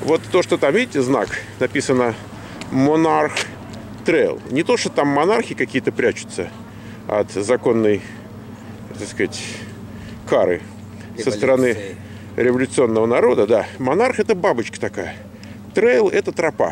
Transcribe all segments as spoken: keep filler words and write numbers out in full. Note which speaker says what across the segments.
Speaker 1: Вот то, что там, видите, знак, написано Monarch Trail. Не то, что там монархи какие-то прячутся от законной, так сказать, кары со стороны революционного народа. Да, монарх — это бабочка такая. Трейл — это тропа.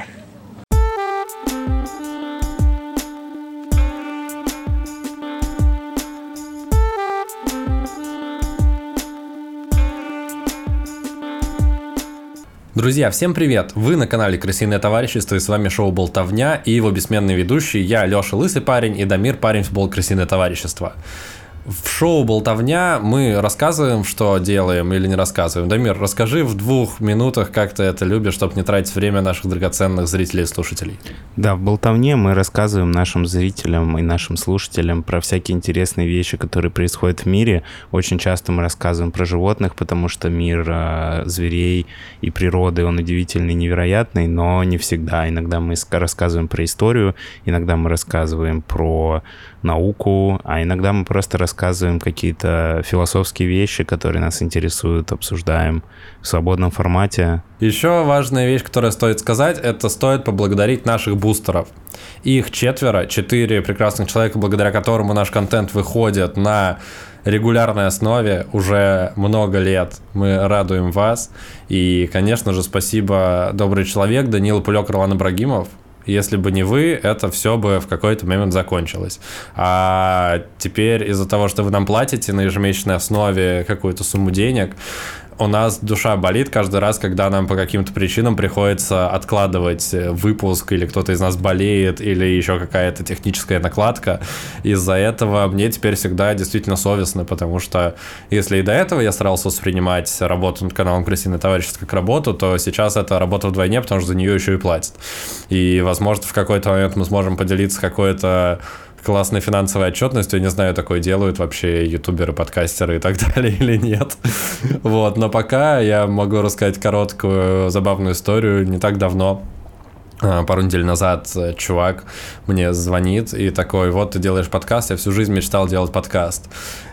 Speaker 2: Друзья, всем привет! Вы на канале Крысиное товарищество, и с вами шоу Болтовня и его бессменный ведущий, я, Леша Лысый парень, и Дамир, парень в футбол Крысиное товарищество. В шоу Болтовня мы рассказываем, что делаем или не рассказываем. Дамир, расскажи в двух минутах, как ты это любишь, чтобы не тратить время наших драгоценных зрителей и слушателей.
Speaker 3: Да, в Болтовне мы рассказываем нашим зрителям и нашим слушателям про всякие интересные вещи, которые происходят в мире. Очень часто мы рассказываем про животных, потому что мир э, зверей и природы, он удивительный, невероятный, но не всегда. Иногда мы рассказываем про историю, иногда мы рассказываем про науку, а иногда мы просто рассказываем какие-то философские вещи, которые нас интересуют, обсуждаем в свободном формате.
Speaker 2: Еще важная вещь, которую стоит сказать, это стоит поблагодарить наших бустеров. Их четверо, четыре прекрасных человека, благодаря которому наш контент выходит на регулярной основе уже много лет. Мы радуем вас. И, конечно же, спасибо, добрый человек, Данила Пулек, Ролан Ибрагимов. Если бы не вы, это все бы в какой-то момент закончилось. А теперь из-за того, что вы нам платите на ежемесячной основе какую-то сумму денег, у нас душа болит каждый раз, когда нам по каким-то причинам приходится откладывать выпуск, или кто-то из нас болеет, или еще какая-то техническая накладка. Из-за этого мне теперь всегда действительно совестно, потому что если и до этого я старался воспринимать работу над каналом Крысиное товарищество как работу, то сейчас это работа вдвойне, потому что за нее еще и платят. И, возможно, в какой-то момент мы сможем поделиться какой-то классной финансовой отчетностью. Я не знаю, такое делают вообще ютуберы, подкастеры и так далее или нет. Вот, но пока я могу рассказать короткую забавную историю. Не так давно, пару недель назад, чувак мне звонит и такой: вот ты делаешь подкаст, я всю жизнь мечтал делать подкаст.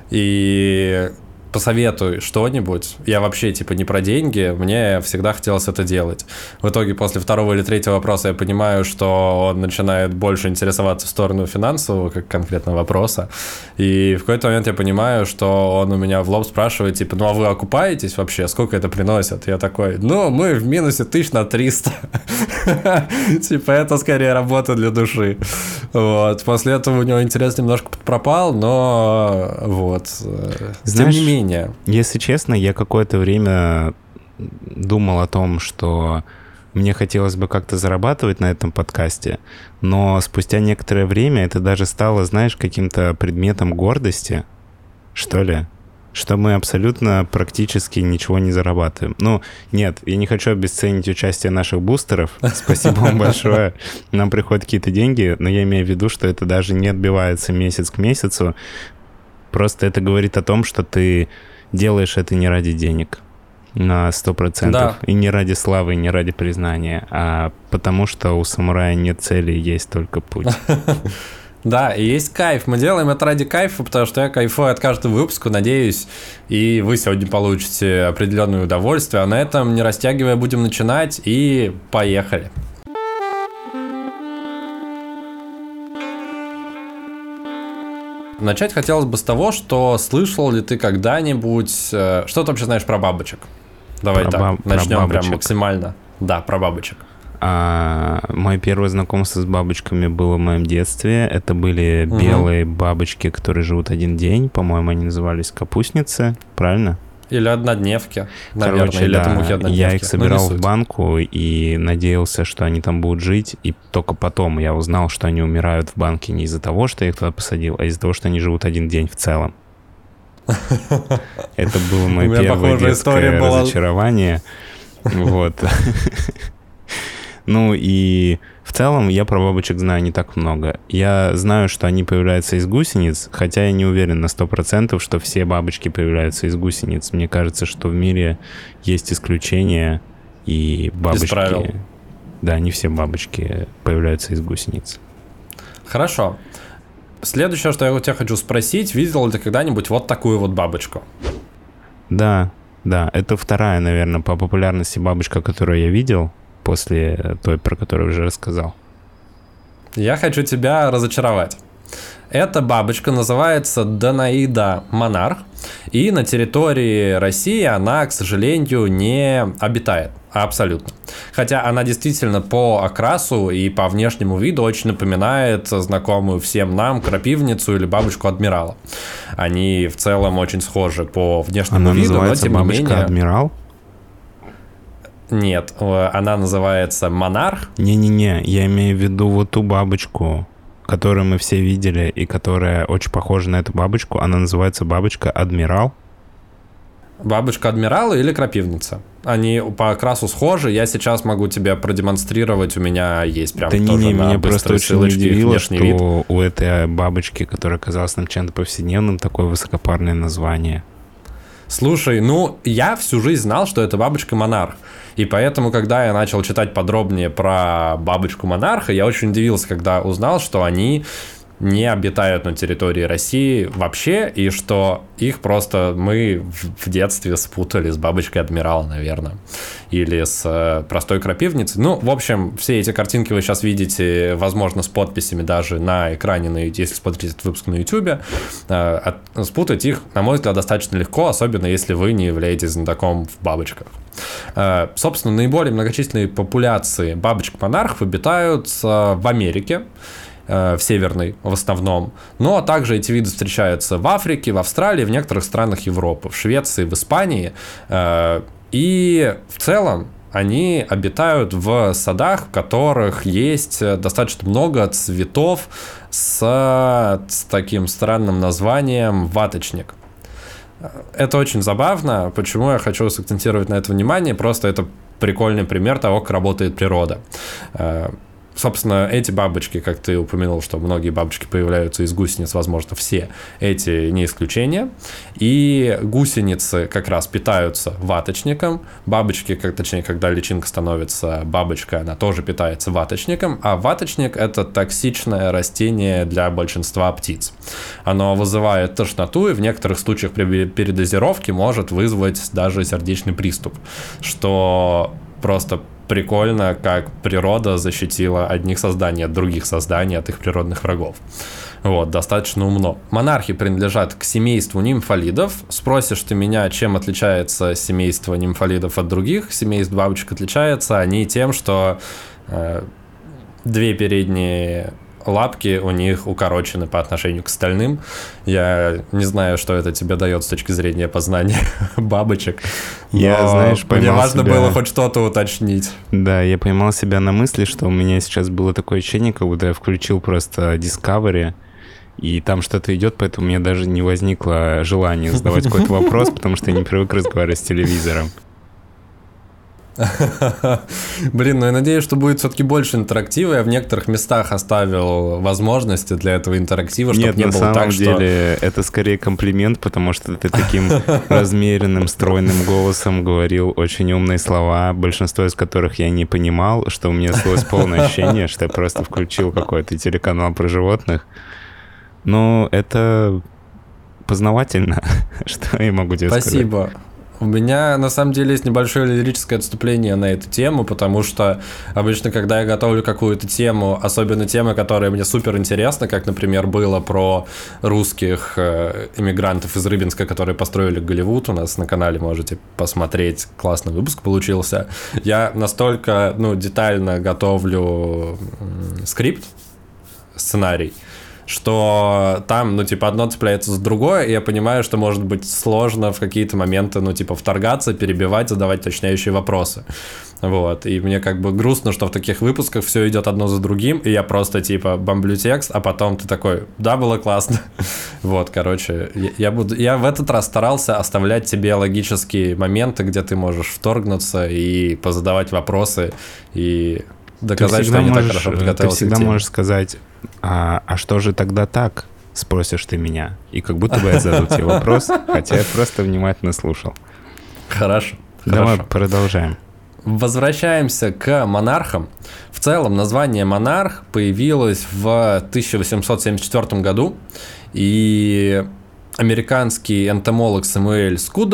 Speaker 2: И посоветуй что-нибудь. Я вообще, типа, не про деньги, мне всегда хотелось это делать. В итоге, после второго или третьего вопроса я понимаю, что он начинает больше интересоваться в сторону финансового, как конкретно вопроса. И в какой-то момент я понимаю, что он у меня в лоб спрашивает, типа, ну, а вы окупаетесь вообще? Сколько это приносит? Я такой: ну, мы в минусе тысяч на триста. Типа, это скорее работа для души. Вот. После этого у него интерес немножко пропал, но вот. Тем не менее.
Speaker 3: Если честно, я какое-то время думал о том, что мне хотелось бы как-то зарабатывать на этом подкасте, но спустя некоторое время это даже стало, знаешь, каким-то предметом гордости, что ли, что мы абсолютно практически ничего не зарабатываем. Ну, нет, я не хочу обесценить участие наших бустеров. Спасибо вам большое. Нам приходят какие-то деньги, но я имею в виду, что это даже не отбивается месяц к месяцу. Просто это говорит о том, что ты делаешь это не ради денег на сто процентов. Да. И не ради славы, и не ради признания, а потому что у самурая нет цели, есть только путь.
Speaker 2: Да, и есть кайф. Мы делаем это ради кайфа, потому что я кайфую от каждого выпуска, надеюсь, и вы сегодня получите определенное удовольствие. А на этом, не растягивая, будем начинать, и поехали. Начать хотелось бы с того, что слышал ли ты когда-нибудь... Что ты вообще знаешь про бабочек? Давай про так, баб... начнем прям максимально. Да, про бабочек.
Speaker 3: А, мое первое знакомство с бабочками было в моем детстве. Это были угу. белые бабочки, которые живут один день. По-моему, они назывались капустницы. Правильно?
Speaker 2: Или однодневки, наверное.
Speaker 3: Короче,
Speaker 2: или
Speaker 3: да,
Speaker 2: это мухи-однодневки.
Speaker 3: Я их собирал в банку и надеялся, что они там будут жить. И только потом я узнал, что они умирают в банке не из-за того, что я их туда посадил, а из-за того, что они живут один день в целом. Это было мое первое детское разочарование. Вот. Ну и в целом я про бабочек знаю не так много. Я знаю, что они появляются из гусениц, хотя я не уверен на сто процентов, что все бабочки появляются из гусениц. Мне кажется, что в мире есть исключения, и бабочки... Без правил. Да, не все бабочки появляются из гусениц.
Speaker 2: Хорошо. Следующее, что я у тебя хочу спросить, видел ли ты когда-нибудь вот такую вот бабочку?
Speaker 3: Да, Да, это вторая, наверное, по популярности бабочка, которую я видел после той, про которую уже рассказал.
Speaker 2: Я хочу тебя разочаровать. Эта бабочка называется Данаида монарх, и на территории России она, к сожалению, не обитает абсолютно. Хотя она действительно по окрасу и по внешнему виду очень напоминает знакомую всем нам крапивницу или бабочку адмирала. Они в целом очень схожи по внешнему
Speaker 3: она
Speaker 2: виду, но тем не менее...
Speaker 3: бабочка адмирал?
Speaker 2: Нет, она называется монарх.
Speaker 3: Не-не-не, я имею в виду вот ту бабочку, которую мы все видели и которая очень похожа на эту бабочку. Она называется бабочка адмирал.
Speaker 2: Бабочка адмирала или крапивница. Они по окрасу схожи. Я сейчас могу тебе продемонстрировать. У меня есть прям
Speaker 3: да
Speaker 2: тоже
Speaker 3: не, не,
Speaker 2: на
Speaker 3: меня просто очень удивило, что
Speaker 2: вид.
Speaker 3: у этой бабочки, которая оказалась нам чем-то повседневным, такое высокопарное название.
Speaker 2: Слушай, ну, я всю жизнь знал, что это бабочка-монарх. И поэтому, когда я начал читать подробнее про бабочку-монарха, я очень удивился, когда узнал, что они не обитают на территории России вообще, и что их просто мы в детстве спутали с бабочкой адмирала, наверное, или с э, простой крапивницей. Ну, в общем, все эти картинки вы сейчас видите, возможно, с подписями даже на экране, на, если смотрите этот выпуск на YouTube. Э, от, спутать их, на мой взгляд, достаточно легко, особенно если вы не являетесь знатоком в бабочках. Э, собственно, наиболее многочисленные популяции бабочек-монархов обитают э, в Америке, в северной в основном, но также эти виды встречаются в Африке, в Австралии, в некоторых странах Европы, в Швеции, в Испании, и в целом они обитают в садах, в которых есть достаточно много цветов с, с таким странным названием ваточник. Это очень забавно. Почему я хочу сакцентировать на это внимание? Просто это прикольный пример того, как работает природа. Собственно, эти бабочки, как ты упомянул, что многие бабочки появляются из гусениц, возможно, все, эти не исключение. И гусеницы как раз питаются ваточником. Бабочки, как, точнее, когда личинка становится бабочкой, она тоже питается ваточником. А ваточник – это токсичное растение для большинства птиц. Оно вызывает тошноту и в некоторых случаях при передозировке может вызвать даже сердечный приступ, что просто прикольно, как природа защитила одних созданий от других созданий, от их природных врагов. Вот, достаточно умно. Монархи принадлежат к семейству нимфолидов. Спросишь ты меня, чем отличается семейство нимфолидов от других семейств бабочек? Отличается они тем, что э, две передние лапки у них укорочены по отношению к остальным. Я не знаю, что это тебе дает с точки зрения познания бабочек.
Speaker 3: Я, знаешь, поймал
Speaker 2: мне важно
Speaker 3: себя...
Speaker 2: было хоть что-то уточнить.
Speaker 3: Да, я поймал себя на мысли, что у меня сейчас было такое ощущение, как будто я включил просто Discovery, и там что-то идет, поэтому у меня даже не возникло желания задавать какой-то вопрос, потому что я не привык разговаривать с телевизором.
Speaker 2: Блин, ну я надеюсь, что будет все-таки больше интерактива. Я в некоторых местах оставил возможности для этого интерактива, чтобы
Speaker 3: Нет,
Speaker 2: не
Speaker 3: на
Speaker 2: было
Speaker 3: самом
Speaker 2: так,
Speaker 3: деле
Speaker 2: что...
Speaker 3: это скорее комплимент, потому что ты таким размеренным, стройным голосом говорил очень умные слова, большинство из которых я не понимал, что у меня слилось полное ощущение, что я просто включил какой-то телеканал про животных. Ну, это познавательно, что я могу тебе сказать.
Speaker 2: Спасибо. У меня, на самом деле, есть небольшое лирическое отступление на эту тему, потому что обычно, когда я готовлю какую-то тему, особенно темы, которые мне супер интересны, как, например, было про русских э, иммигрантов из Рыбинска, которые построили Голливуд, у нас на канале можете посмотреть, классный выпуск получился, я настолько, ну, детально готовлю м, скрипт, сценарий, что там, ну, типа, одно цепляется за другое, и я понимаю, что может быть сложно в какие-то моменты, ну, типа, вторгаться, перебивать, задавать уточняющие вопросы. Вот, и мне как бы грустно, что в таких выпусках все идет одно за другим, и я просто, типа, бомблю текст, а потом ты такой, да, было классно. Вот, короче, я буду, я в этот раз старался оставлять тебе логические моменты, где ты можешь вторгнуться и позадавать вопросы, и доказать, что я не так хорошо подготовился.
Speaker 3: Ты всегда можешь сказать, а, а что же тогда так, спросишь ты меня. И как будто бы я задал тебе вопрос, хотя я просто внимательно слушал.
Speaker 2: Хорошо.
Speaker 3: Давай
Speaker 2: хорошо.
Speaker 3: Продолжаем.
Speaker 2: Возвращаемся к монархам. В целом, название монарх появилось в тысяча восемьсот семьдесят четвёртом году, и американский энтомолог Сэмюэль Скудер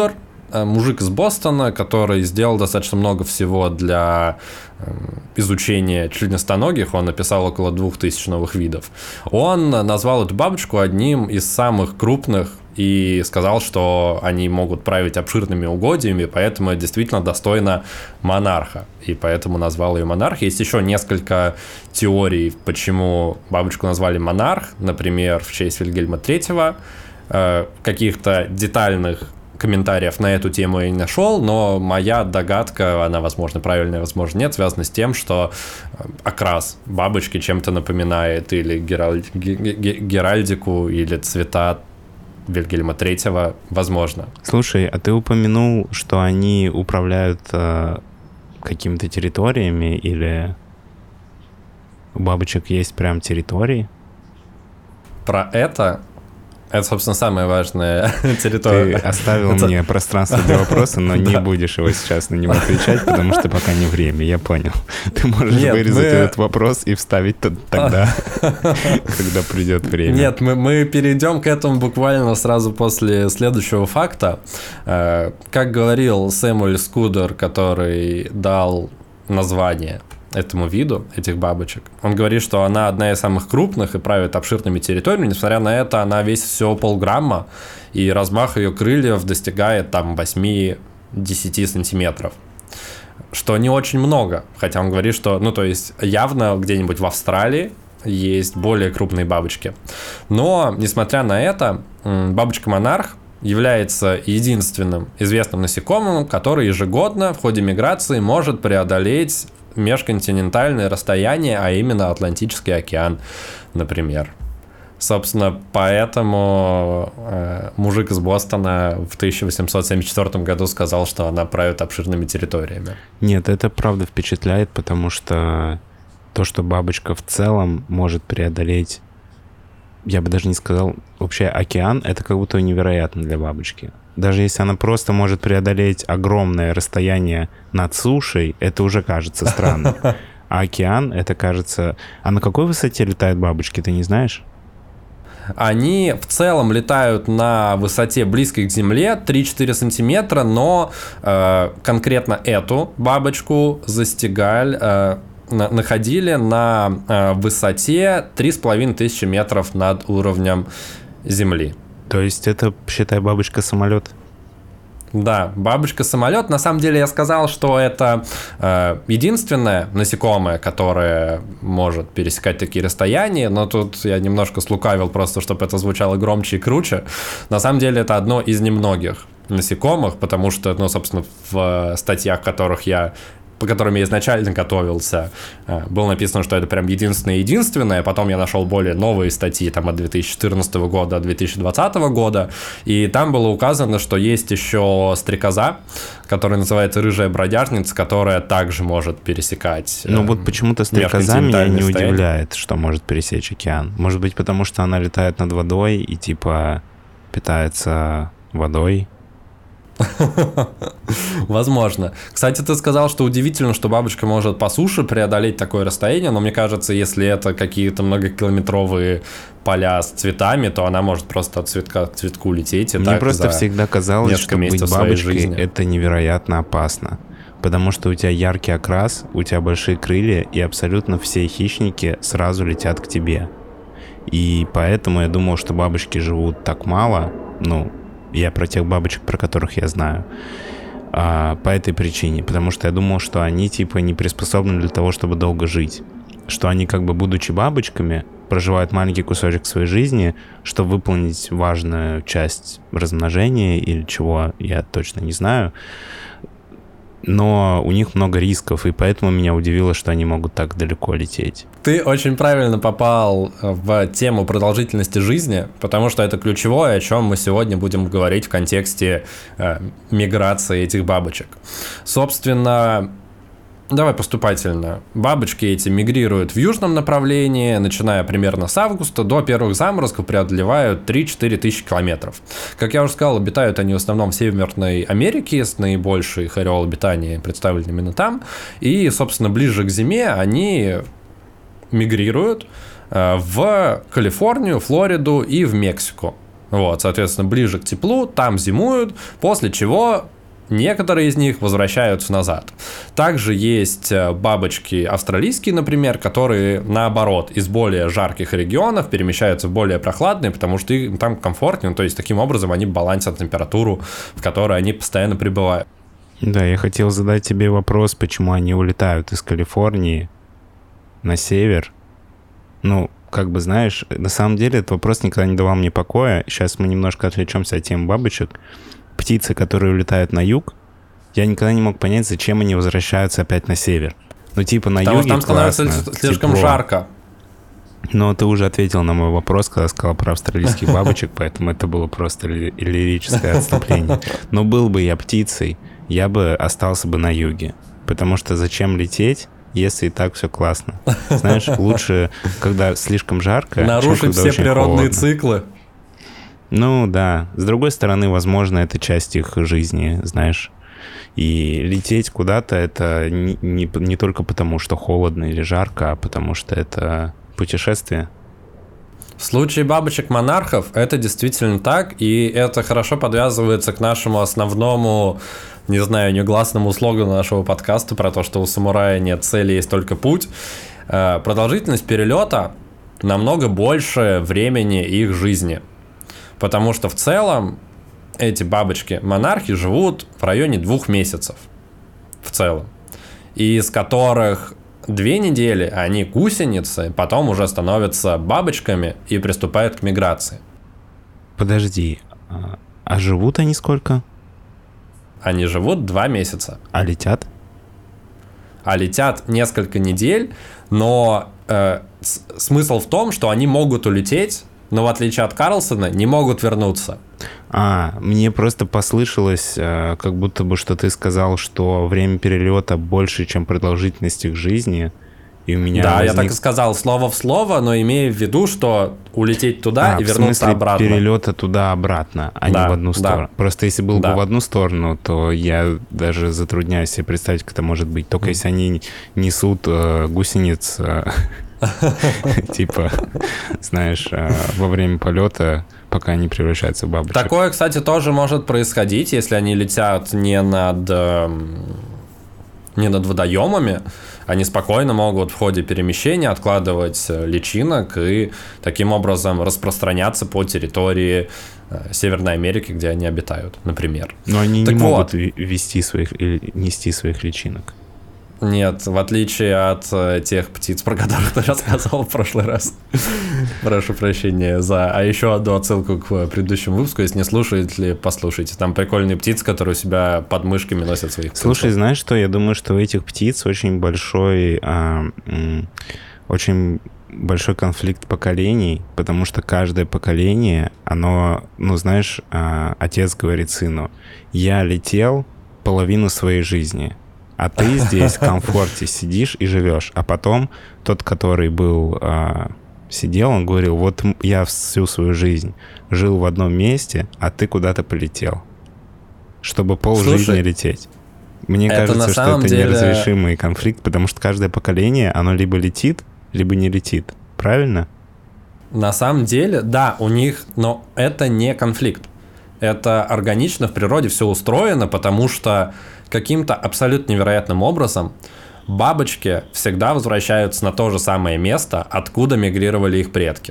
Speaker 2: мужик из Бостона, который сделал достаточно много всего для изучения членистоногих, он написал около двух тысяч новых видов. Он назвал эту бабочку одним из самых крупных и сказал, что они могут править обширными угодьями, поэтому это действительно достойно монарха, и поэтому назвал ее монарх. Есть еще несколько теорий, почему бабочку назвали монарх, например, в честь Вильгельма третьего. Каких-то детальных комментариев на эту тему я не нашел, но моя догадка, она, возможно, правильная, возможно, нет, связана с тем, что окрас бабочки чем-то напоминает или гераль... геральдику, или цвета Вильгельма третьего, возможно.
Speaker 3: Слушай, а ты упомянул, что они управляют э, какими-то территориями, или у бабочек есть прям территории?
Speaker 2: Про это... Это, собственно, самая важная территория.
Speaker 3: Ты оставил
Speaker 2: это...
Speaker 3: мне пространство для вопроса, но не будешь его сейчас на него отвечать, потому что пока не время, я понял. Ты можешь Нет, вырезать мы... этот вопрос и вставить тогда, когда придет время.
Speaker 2: Нет, мы, мы перейдем к этому буквально сразу после следующего факта. Как говорил Сэмюэль Скудер, который дал название этому виду, этих бабочек. Он говорит, что она одна из самых крупных и правит обширными территориями. Несмотря на это, она весит всего полграмма, и размах ее крыльев достигает там восемь-десять сантиметров. Что не очень много. Хотя он говорит, что, ну, то есть, явно где-нибудь в Австралии есть более крупные бабочки. Но, несмотря на это, бабочка-монарх является единственным известным насекомым, который ежегодно в ходе миграции может преодолеть межконтинентальные расстояния, а именно Атлантический океан, например. Собственно, поэтому э, мужик из Бостона в тысяча восемьсот семьдесят четвёртом году сказал, что она правит обширными территориями.
Speaker 3: Нет, это правда впечатляет, потому что то, что бабочка в целом может преодолеть, я бы даже не сказал, вообще океан, это как будто невероятно для бабочки. Даже если она просто может преодолеть огромное расстояние над сушей, это уже кажется странным. А океан, это кажется... А на какой высоте летают бабочки, ты не знаешь?
Speaker 2: Они в целом летают на высоте близкой к Земле, три-четыре сантиметра, но э, конкретно эту бабочку застигали... Э, находили на э, высоте три с половиной тысячи метров над уровнем Земли.
Speaker 3: То есть это, считай, бабочка-самолет?
Speaker 2: Да, бабочка-самолет. На самом деле я сказал, что это э, единственное насекомое, которое может пересекать такие расстояния, но тут я немножко слукавил просто, чтобы это звучало громче и круче. На самом деле это одно из немногих насекомых, потому что, ну, собственно, в статьях, которых я по которым я изначально готовился, было написано, что это прям единственное-единственное. Потом я нашел более новые статьи там, от две тысячи четырнадцатого года, от две тысячи двадцатого года, и там было указано, что есть еще стрекоза, которая называется рыжая бродяжница, которая также может пересекать.
Speaker 3: Ну вот почему-то стрекоза меня не удивляет, что может пересечь океан. Может быть, потому что она летает над водой и типа питается водой.
Speaker 2: Возможно. Кстати, ты сказал, что удивительно, что бабочка может по суше преодолеть такое расстояние, но мне кажется, если это какие-то многокилометровые поля с цветами, то она может просто от цветка к цветку лететь. И
Speaker 3: Мне
Speaker 2: так
Speaker 3: просто всегда казалось, что быть бабочкой — это невероятно опасно. Потому что у тебя яркий окрас, у тебя большие крылья, и абсолютно все хищники сразу летят к тебе. И поэтому я думал, что бабочки живут так мало, ну, я про тех бабочек, про которых я знаю, а, по этой причине. Потому что я думал, что они типа не приспособлены для того, чтобы долго жить. Что они как бы, будучи бабочками, проживают маленький кусочек своей жизни, чтобы выполнить важную часть размножения или чего, я точно не знаю. Но у них много рисков, и поэтому меня удивило, что они могут так далеко лететь.
Speaker 2: Ты очень правильно попал в тему продолжительности жизни, потому что это ключевое, о чем мы сегодня будем говорить в контексте э, миграции этих бабочек. Собственно, давай поступательно. Бабочки эти мигрируют в южном направлении, начиная примерно с августа, до первых заморозков преодолевают три-четыре тысячи километров. Как я уже сказал, обитают они в основном в Северной Америке, с наибольшей их ареол обитания представлен именно там. И, собственно, ближе к зиме они мигрируют в Калифорнию, Флориду и в Мексику. Вот, соответственно, ближе к теплу, там зимуют, после чего некоторые из них возвращаются назад. Также есть бабочки австралийские, например, которые, наоборот, из более жарких регионов перемещаются в более прохладные, потому что им там комфортнее, то есть таким образом они балансят температуру, в которой они постоянно пребывают.
Speaker 3: Да, я хотел задать тебе вопрос, почему они улетают из Калифорнии на север. Ну, как бы, знаешь, на самом деле этот вопрос никогда не давал мне покоя. Сейчас мы немножко отвлечемся от темы бабочек. Птицы, которые улетают на юг, я никогда не мог понять, зачем они возвращаются опять на север. Ну, типа, на
Speaker 2: Потому
Speaker 3: юге
Speaker 2: что там
Speaker 3: классно,
Speaker 2: становится слишком
Speaker 3: тепло.
Speaker 2: жарко.
Speaker 3: Но ты уже ответил на мой вопрос, когда сказал про австралийских бабочек, поэтому это было просто ли- лирическое отступление. Но был бы я птицей, я бы остался бы на юге. Потому что зачем лететь, если и так все классно? Знаешь, лучше, когда слишком жарко, чем
Speaker 2: Нарушить
Speaker 3: когда
Speaker 2: все
Speaker 3: очень
Speaker 2: природные
Speaker 3: холодно.
Speaker 2: циклы.
Speaker 3: Ну да, с другой стороны, возможно, это часть их жизни, знаешь. И лететь куда-то это не, не, не только потому, что холодно или жарко, а потому что это путешествие.
Speaker 2: В случае бабочек-монархов это действительно так, и это хорошо подвязывается к нашему основному, не знаю, негласному слогану нашего подкаста про то, что у самурая нет цели, есть только путь. Продолжительность перелета намного больше времени их жизни. Потому что в целом эти бабочки-монархи живут в районе двух месяцев в целом. Из которых две недели они гусеницы, потом уже становятся бабочками и приступают к миграции.
Speaker 3: Подожди, а, а живут они сколько?
Speaker 2: Они живут два месяца.
Speaker 3: А летят?
Speaker 2: А летят несколько недель, но э, с- смысл в том, что они могут улететь, но в отличие от Карлсона не могут вернуться.
Speaker 3: А, мне просто послышалось, э, как будто бы, что ты сказал, что время перелета больше, чем продолжительность их жизни. И у меня
Speaker 2: Да,
Speaker 3: возник...
Speaker 2: я так и сказал слово в слово, но имея в виду, что улететь туда
Speaker 3: а,
Speaker 2: и
Speaker 3: в
Speaker 2: вернуться
Speaker 3: смысле
Speaker 2: обратно.
Speaker 3: перелета туда-обратно, а
Speaker 2: Да,
Speaker 3: не в одну
Speaker 2: да.
Speaker 3: сторону. Просто если был
Speaker 2: Да.
Speaker 3: бы в одну сторону, то я даже затрудняюсь себе представить, как это может быть. Только если они несут э, гусениц, э, типа, знаешь, э, во время полета, пока они превращаются в бабочек.
Speaker 2: Такое, кстати, тоже может происходить, если они летят не над, эм, не над водоемами. Они спокойно могут в ходе перемещения откладывать э, личинок и таким образом распространяться по территории э, Северной Америки, где они обитают, например.
Speaker 3: Но они
Speaker 2: Так
Speaker 3: не
Speaker 2: вот.
Speaker 3: могут ви- вести своих или нести своих личинок.
Speaker 2: Нет, в отличие от э, тех птиц, про которых ты рассказывал в прошлый раз. Прошу прощения за... А еще одну отсылку к предыдущему выпуску, если не слушаете, послушайте. Там прикольные птицы, которые у себя под мышками носят своих птенцов.
Speaker 3: Слушай, знаешь что? Я думаю, что у этих птиц очень большой, а, м, очень большой конфликт поколений, потому что каждое поколение, оно, ну, знаешь, а, отец говорит сыну: я летел половину своей жизни, а ты здесь в комфорте сидишь и живешь. А потом тот, который был а, сидел, он говорил: вот м- я всю свою жизнь жил в одном месте, а ты куда-то полетел, чтобы полжизни
Speaker 2: Слушай,
Speaker 3: лететь. Мне
Speaker 2: это
Speaker 3: кажется,
Speaker 2: на
Speaker 3: что
Speaker 2: самом
Speaker 3: это
Speaker 2: деле-
Speaker 3: неразрешимый конфликт, потому что каждое поколение, оно либо летит, либо не летит. Правильно?
Speaker 2: На самом деле, да, у них, но это не конфликт. Это органично в природе все устроено, потому что каким-то абсолютно невероятным образом бабочки всегда возвращаются на то же самое место, откуда мигрировали их предки.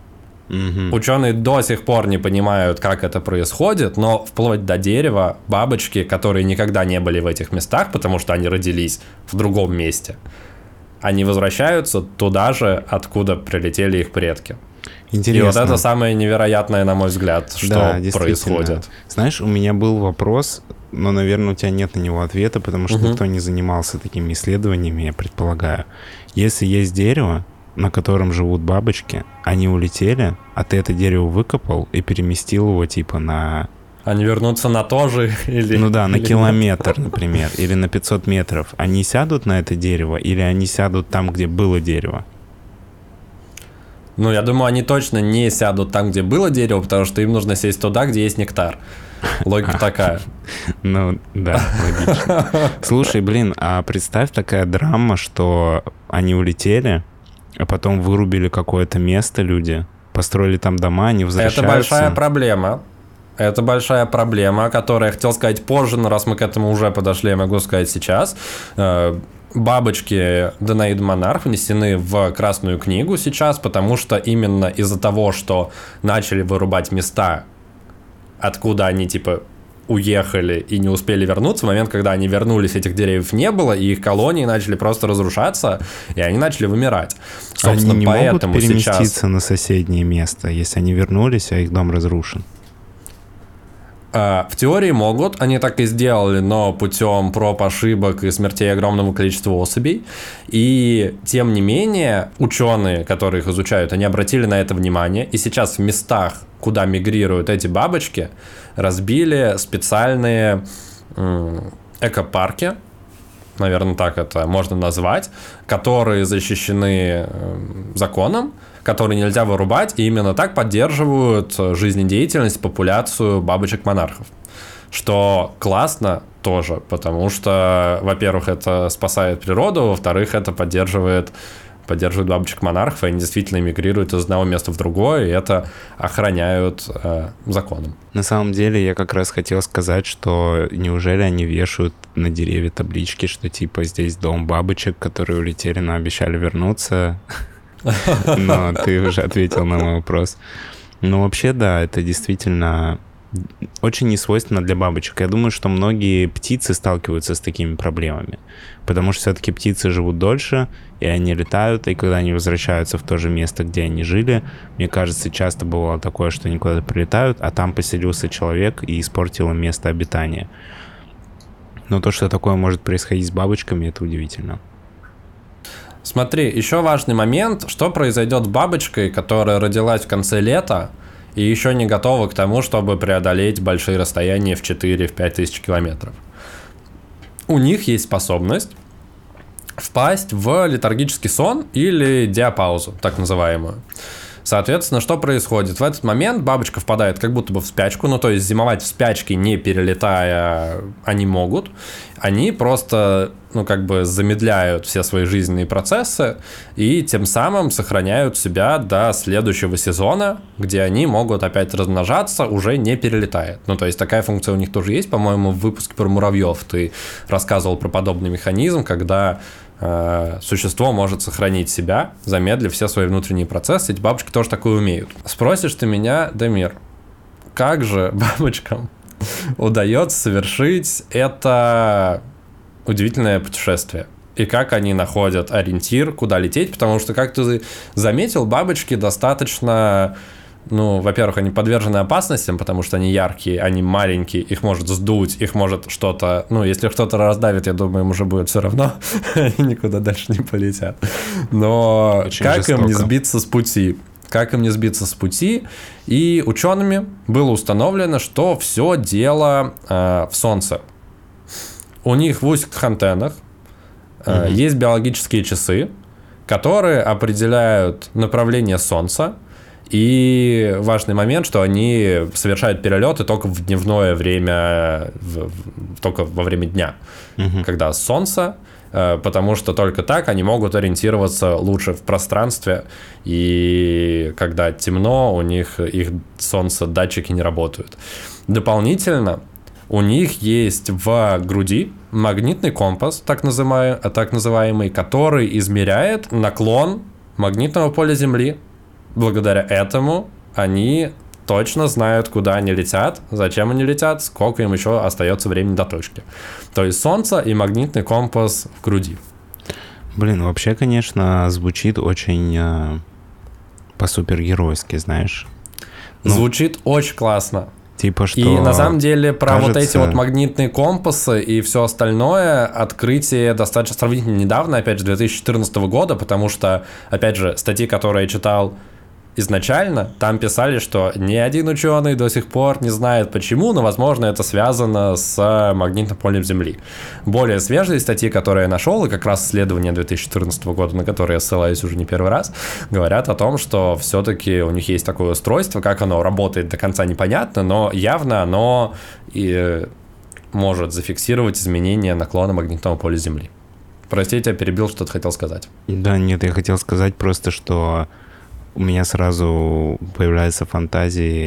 Speaker 3: Мгм.
Speaker 2: Ученые до сих пор не понимают, как это происходит, но вплоть до дерева бабочки, которые никогда не были в этих местах, потому что они родились в другом месте, они возвращаются туда же, откуда прилетели их предки.
Speaker 3: Интересно.
Speaker 2: И вот это самое невероятное, на мой взгляд, что
Speaker 3: Да, действительно.
Speaker 2: происходит.
Speaker 3: Знаешь, у меня был вопрос, но, наверное, у тебя нет на него ответа, потому что
Speaker 2: Мгм.
Speaker 3: никто не занимался такими исследованиями, я предполагаю. Если есть дерево, на котором живут бабочки, они улетели, а ты это дерево выкопал и переместил его типа на...
Speaker 2: Они вернутся на то же или...
Speaker 3: Ну да, на
Speaker 2: или
Speaker 3: километр, например, или на пятьсот метров. Они сядут на это дерево или они сядут там, где было дерево?
Speaker 2: Ну, я думаю, они точно не сядут там, где было дерево, потому что им нужно сесть туда, где есть нектар. Логика такая.
Speaker 3: Ну, да, логично. Слушай, блин, а представь такая драма, что они улетели, а потом вырубили какое-то место люди, построили там дома, они возвращаются.
Speaker 2: Это большая проблема. Это большая проблема, которую я хотел сказать позже, но раз мы к этому уже подошли, я могу сказать сейчас. Бабочки Данаида Монарх внесены в Красную книгу сейчас, потому что именно из-за того, что начали вырубать места, откуда они типа уехали и не успели вернуться, в момент, когда они вернулись, этих деревьев не было, и их колонии начали просто разрушаться, и они начали вымирать.
Speaker 3: Собственно, они не поэтому могут переместиться сейчас... на соседнее место, если они вернулись, а их дом разрушен?
Speaker 2: В теории могут, они так и сделали, но путем проб, ошибок и смертей огромного количества особей. И тем не менее, ученые, которые их изучают, они обратили на это внимание. И сейчас в местах, куда мигрируют эти бабочки, разбили специальные экопарки, наверное, так это можно назвать, которые защищены законом, которые нельзя вырубать, и именно так поддерживают жизнедеятельность, популяцию бабочек-монархов. Что классно тоже, потому что, во-первых, это спасает природу, во-вторых, это поддерживает, поддерживает бабочек-монархов, и они действительно мигрируют из одного места в другое, и это охраняют э, законом.
Speaker 3: На самом деле, я как раз хотел сказать, что неужели они вешают на деревья таблички, что типа здесь дом бабочек, которые улетели, но обещали вернуться... Но ты уже ответил на мой вопрос. Ну, вообще, да, это действительно очень несвойственно для бабочек. Я думаю, что многие птицы сталкиваются с такими проблемами, потому что все-таки птицы живут дольше, и они летают, и когда они возвращаются в то же место, где они жили, мне кажется, часто бывало такое, что они куда-то прилетают, а там поселился человек и испортил им место обитания. Но то, что такое может происходить с бабочками, это удивительно.
Speaker 2: Смотри, еще важный момент, что произойдет с бабочкой, которая родилась в конце лета и еще не готова к тому, чтобы преодолеть большие расстояния в четыре-пять тысяч километров. У них есть способность впасть в летаргический сон или диапаузу, так называемую. Соответственно, что происходит? В этот момент бабочка впадает как будто бы в спячку, ну то есть зимовать в спячке, не перелетая, они могут. Они просто, ну как бы замедляют все свои жизненные процессы и тем самым сохраняют себя до следующего сезона, где они могут опять размножаться, уже не перелетая. Ну то есть такая функция у них тоже есть, по-моему, в выпуске про муравьев ты рассказывал про подобный механизм, когда существо может сохранить себя, замедлив все свои внутренние процессы. Эти бабочки тоже такое умеют. Спросишь ты меня, Дамир, как же бабочкам удается совершить это удивительное путешествие? И как они находят ориентир, куда лететь? Потому что, как ты заметил, бабочки достаточно... Ну, во-первых, они подвержены опасностям, потому что они яркие, они маленькие, их может сдуть, их может что-то... Ну, если кто-то раздавит, я думаю, им уже будет все равно, они никуда дальше не полетят. Но очень как жестоко. Им не сбиться с пути? Как им не сбиться с пути? И учеными было установлено, что все дело э, в Солнце. У них в узких антеннах э, mm-hmm. есть биологические часы, которые определяют направление Солнца. И важный момент, что они совершают перелеты только в дневное время, в, в, только во время дня, угу. когда солнце, э, потому что только так они могут ориентироваться лучше в пространстве, и когда темно, у них их солнце датчики не работают. Дополнительно у них есть в груди магнитный компас, так называемый, так называемый, который измеряет наклон магнитного поля Земли. Благодаря этому они точно знают, куда они летят, зачем они летят, сколько им еще остается времени до точки. То есть Солнце и магнитный компас в груди.
Speaker 3: Блин, вообще, конечно, звучит очень э, по-супергеройски, знаешь.
Speaker 2: Ну, звучит очень классно.
Speaker 3: Типа что...
Speaker 2: И на самом деле про
Speaker 3: кажется...
Speaker 2: вот эти вот магнитные компасы и все остальное открытие достаточно сравнительно недавно, опять же, две тысячи четырнадцатого года, потому что, опять же, статьи, которые я читал изначально, там писали, что ни один ученый до сих пор не знает почему, но, возможно, это связано с магнитным полем Земли. Более свежие статьи, которые я нашел, и как раз исследования две тысячи четырнадцатого года, на которые я ссылаюсь уже не первый раз, говорят о том, что все-таки у них есть такое устройство, как оно работает до конца непонятно, но явно оно и может зафиксировать изменения наклона магнитного поля Земли. Прости, я тебя перебил, что ты хотел сказать.
Speaker 3: Да, нет, я хотел сказать просто, что у меня сразу появляются фантазии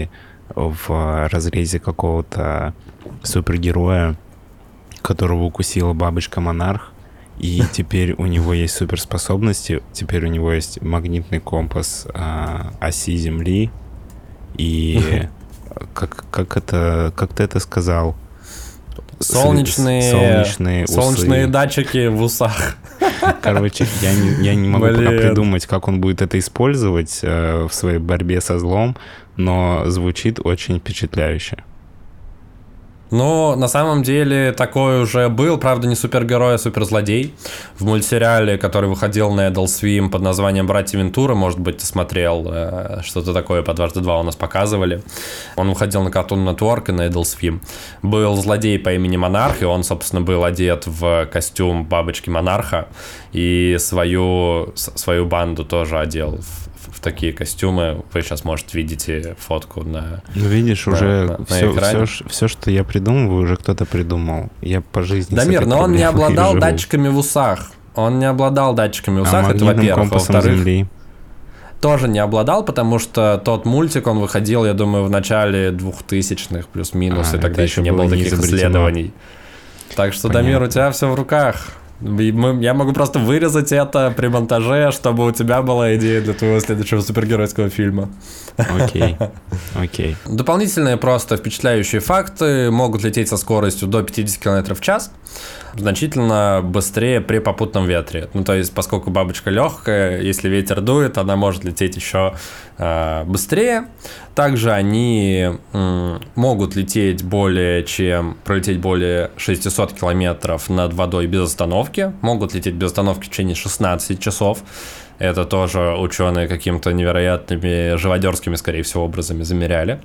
Speaker 3: в разрезе какого-то супергероя, которого укусила бабочка-монарх, и теперь у него есть суперспособности, теперь у него есть магнитный компас а, оси Земли, и как, как, это, как ты это сказал?
Speaker 2: Солнечные,
Speaker 3: солнечные,
Speaker 2: солнечные датчики в усах.
Speaker 3: Короче, я не, я не могу
Speaker 2: Блин.
Speaker 3: пока придумать, как он будет это использовать э, в своей борьбе со злом, но звучит очень впечатляюще.
Speaker 2: Ну, на самом деле, такой уже был, правда, не супергерой, а суперзлодей. В мультсериале, который выходил на Adult Swim под названием «Братья Вентура», может быть, ты смотрел, э, что-то такое по дважды два у нас показывали. Он выходил на Cartoon Network и на Adult Swim. Был злодей по имени Монарх, и он, собственно, был одет в костюм бабочки-монарха, и свою, свою банду тоже одел в такие костюмы. Вы сейчас, может, видите фотку на
Speaker 3: Ну, видишь,
Speaker 2: на,
Speaker 3: уже
Speaker 2: на, на
Speaker 3: все,
Speaker 2: экране.
Speaker 3: все, все, что я придумываю, уже кто-то придумал. Я по жизни
Speaker 2: Дамир, но он не обладал
Speaker 3: живу.
Speaker 2: датчиками в усах. Он не обладал датчиками в усах,
Speaker 3: а
Speaker 2: это
Speaker 3: магнитным
Speaker 2: во-первых.
Speaker 3: компасом
Speaker 2: Во-вторых,
Speaker 3: Земли.
Speaker 2: тоже не обладал, потому что тот мультик, он выходил, я думаю, в начале двухтысячных, плюс-минус,
Speaker 3: А,
Speaker 2: и тогда
Speaker 3: это
Speaker 2: еще
Speaker 3: еще
Speaker 2: не
Speaker 3: было
Speaker 2: было
Speaker 3: не
Speaker 2: таких
Speaker 3: изобретено.
Speaker 2: исследований. Так что,
Speaker 3: Понятно.
Speaker 2: Дамир, у тебя все в руках. И мы- Я могу просто вырезать это при монтаже, чтобы у тебя была идея для твоего следующего супергеройского фильма.
Speaker 3: Окей, окей.
Speaker 2: Дополнительные просто впечатляющие факты: могут лететь со скоростью до пятьдесят километров в час, значительно быстрее при попутном ветре. Ну, то есть, поскольку бабочка легкая, если ветер дует, она может лететь еще э, быстрее. Также они м, могут лететь более чем, пролететь более шестьсот километров над водой без остановки. Могут лететь без остановки в течение шестнадцати часов. Это тоже ученые каким-то невероятными живодерскими, скорее всего, образами замеряли.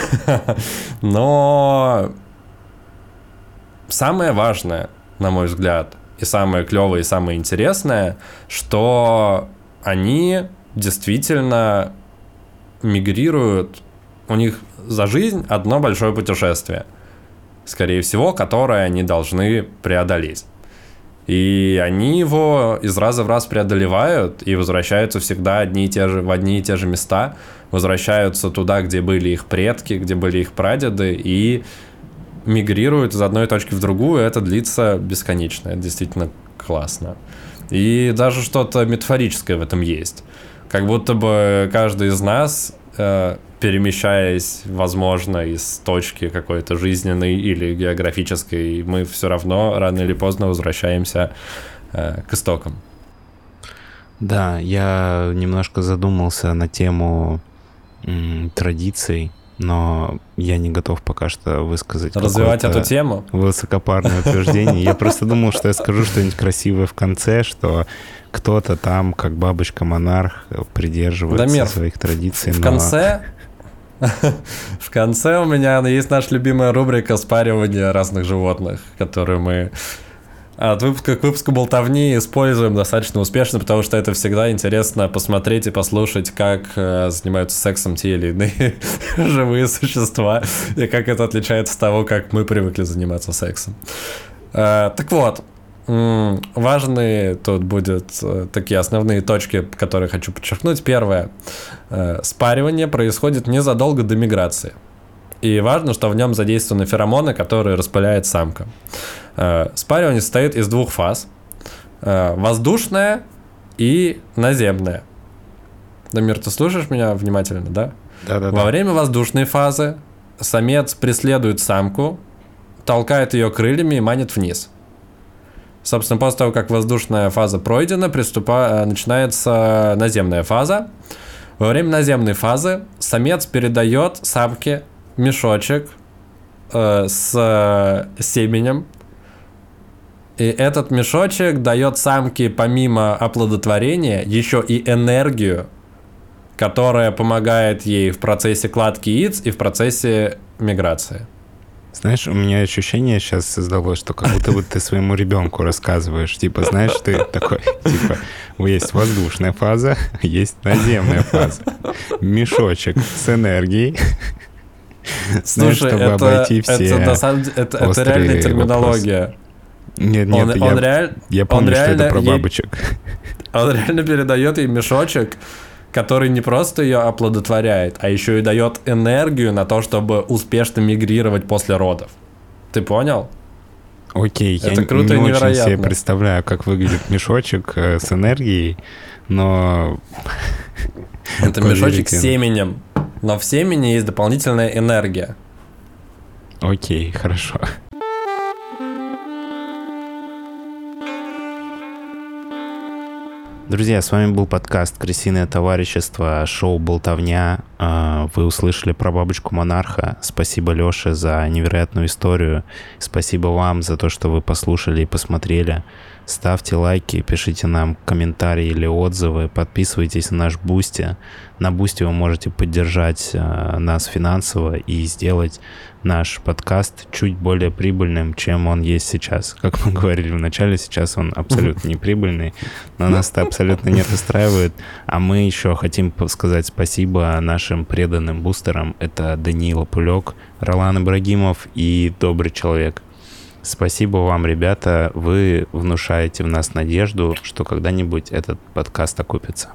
Speaker 2: Но самое важное, на мой взгляд, и самое клевое, и самое интересное, что они действительно мигрируют, у них за жизнь одно большое путешествие, скорее всего, которое они должны преодолеть. И они его из раза в раз преодолевают и возвращаются всегда одни и те же, в одни и те же места, возвращаются туда, где были их предки, где были их прадеды, и мигрируют из одной точки в другую. Это длится бесконечно. Это действительно классно. И даже что-то метафорическое в этом есть. Как будто бы каждый из нас, э, перемещаясь, возможно, из точки какой-то жизненной или географической, мы все равно рано или поздно возвращаемся э, к истокам.
Speaker 3: Да, я немножко задумался на тему м, традиций, но я не готов пока что высказать
Speaker 2: Развивать
Speaker 3: какое-то
Speaker 2: эту тему?
Speaker 3: высокопарное утверждение. Я просто думал, что я скажу что-нибудь красивое в конце, что кто-то там, как бабочка-монарх, придерживается
Speaker 2: Дамир,
Speaker 3: своих традиций.
Speaker 2: В
Speaker 3: но-
Speaker 2: конце... В конце у меня есть наша любимая рубрика «Спаривание разных животных», которую мы от выпуска к выпуску болтовни используем достаточно успешно, потому что это всегда интересно посмотреть и послушать, как э, занимаются сексом те или иные живые существа, и как это отличается от того, как мы привыкли заниматься сексом. Э, так вот, м, важные тут будут э, такие основные точки, которые хочу подчеркнуть. Первое. Э, спаривание происходит незадолго до миграции. И важно, что в нем задействованы феромоны, которые распыляет самка. Э, спаривание состоит из двух фаз. Э, воздушная и наземная. Дамир, ты слушаешь меня внимательно, да?
Speaker 3: Да-да-да.
Speaker 2: Во время воздушной фазы самец преследует самку, толкает ее крыльями и манит вниз. Собственно, после того, как воздушная фаза пройдена, приступа... начинается наземная фаза. Во время наземной фазы самец передает самке мешочек э, с семенем. И этот мешочек дает самке помимо оплодотворения еще и энергию, которая помогает ей в процессе кладки яиц и в процессе миграции.
Speaker 3: Знаешь, у меня ощущение сейчас создалось, что как будто бы ты своему ребенку рассказываешь. Типа, знаешь, ты такой, типа, есть воздушная фаза, есть наземная фаза. Мешочек с энергией. Знаешь,
Speaker 2: Слушай,
Speaker 3: чтобы
Speaker 2: это,
Speaker 3: обойти все
Speaker 2: это, на самом деле, это, это
Speaker 3: острые
Speaker 2: реальная терминология.
Speaker 3: вопросы. Нет, нет,
Speaker 2: Он,
Speaker 3: я,
Speaker 2: он реаль-
Speaker 3: я помню,
Speaker 2: он
Speaker 3: что это
Speaker 2: реально
Speaker 3: про
Speaker 2: ей-
Speaker 3: бабочек.
Speaker 2: Он реально передает ей мешочек который не просто ее оплодотворяет, а еще и дает энергию на то, чтобы успешно мигрировать после родов. Ты понял?
Speaker 3: Окей,
Speaker 2: это
Speaker 3: я
Speaker 2: круто
Speaker 3: не
Speaker 2: и невероятно.
Speaker 3: очень себе представляю, как выглядит мешочек э, с энергией, но...
Speaker 2: Это мешочек с семенем, но в семени есть дополнительная энергия.
Speaker 3: Окей, хорошо. Друзья, с вами был подкаст «Крысиное товарищество», шоу «Болтовня». Вы услышали про бабочку монарха. Спасибо Лёше за невероятную историю. Спасибо вам за то, что вы послушали и посмотрели. Ставьте лайки, пишите нам комментарии или отзывы, подписывайтесь на наш Бусти. На Бусти вы можете поддержать э, нас финансово и сделать наш подкаст чуть более прибыльным, чем он есть сейчас. Как мы говорили в начале, сейчас он абсолютно неприбыльный, но нас это абсолютно не расстраивает. А мы еще хотим сказать спасибо нашим преданным бустерам. Это Даниил Пулек, Ролан Ибрагимов и Добрый человек. Спасибо вам, ребята. Вы внушаете в нас надежду, что когда-нибудь этот подкаст окупится.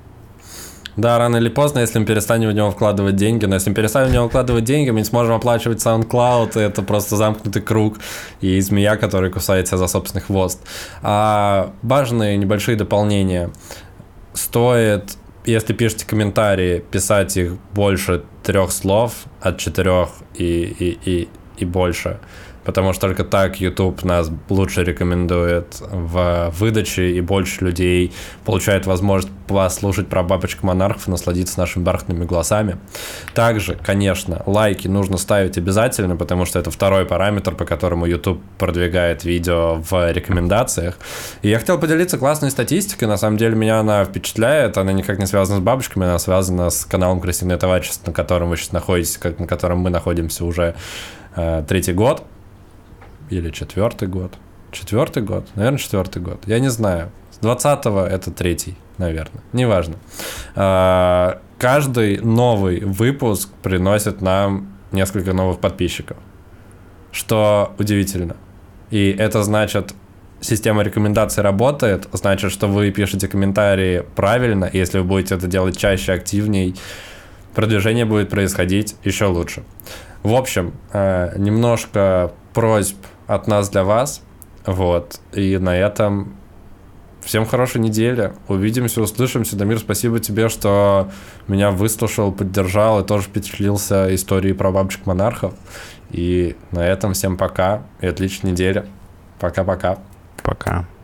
Speaker 2: Да, рано или поздно, если мы перестанем в него вкладывать деньги. Но если мы перестанем в него вкладывать деньги, мы не сможем оплачивать SoundCloud. И это просто замкнутый круг. И змея, которая кусается за собственный хвост. А важные небольшие дополнения. Стоит, если пишете комментарии, писать их больше трех слов, от четырех и, и, и, и больше. Потому что только так YouTube нас лучше рекомендует в выдаче, и больше людей получает возможность послушать про бабочек монархов и насладиться нашими бархатными голосами. Также, конечно, лайки нужно ставить обязательно, потому что это второй параметр, по которому YouTube продвигает видео в рекомендациях. И я хотел поделиться классной статистикой. На самом деле меня она впечатляет. Она никак не связана с бабочками, она связана с каналом «Крысиное товарищество», на котором вы сейчас находитесь, на котором мы находимся уже э, третий год. Или четвертый год. Четвертый год? Наверное, четвертый год. Я не знаю. С двадцатого это третий, наверное. Неважно. Каждый новый выпуск приносит нам несколько новых подписчиков. Что удивительно. И это значит, система рекомендаций работает. Значит, что вы пишете комментарии правильно. И если вы будете это делать чаще, активней, продвижение будет происходить еще лучше. В общем, немножко просьб от нас для вас. Вот. И на этом всем хорошей недели. Увидимся, услышимся. Дамир, спасибо тебе, что меня выслушал, поддержал и тоже впечатлился историей про бабочек монархов. И на этом всем пока и отличной недели. Пока-пока.
Speaker 3: Пока.